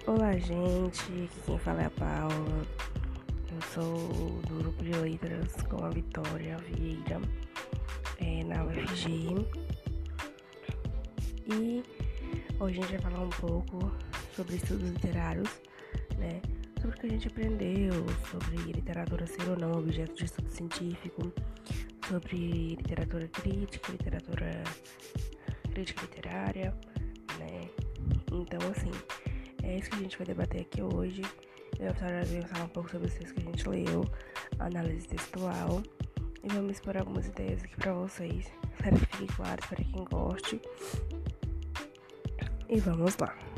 Olá, gente, aqui quem fala é a Paula. Eu sou do grupo de letras com a Vitória Vieira, na UFG. E hoje a gente vai falar um pouco sobre estudos literários, né? Sobre o que a gente aprendeu, sobre literatura ser ou não objeto de estudo científico, sobre literatura crítica literária, né? Então, assim, é isso que a gente vai debater aqui hoje. Eu vou falar um pouco sobre os textos que a gente leu, análise textual, e vamos expor algumas ideias aqui pra vocês. Espero que fique claro, espero que quem goste. E vamos lá.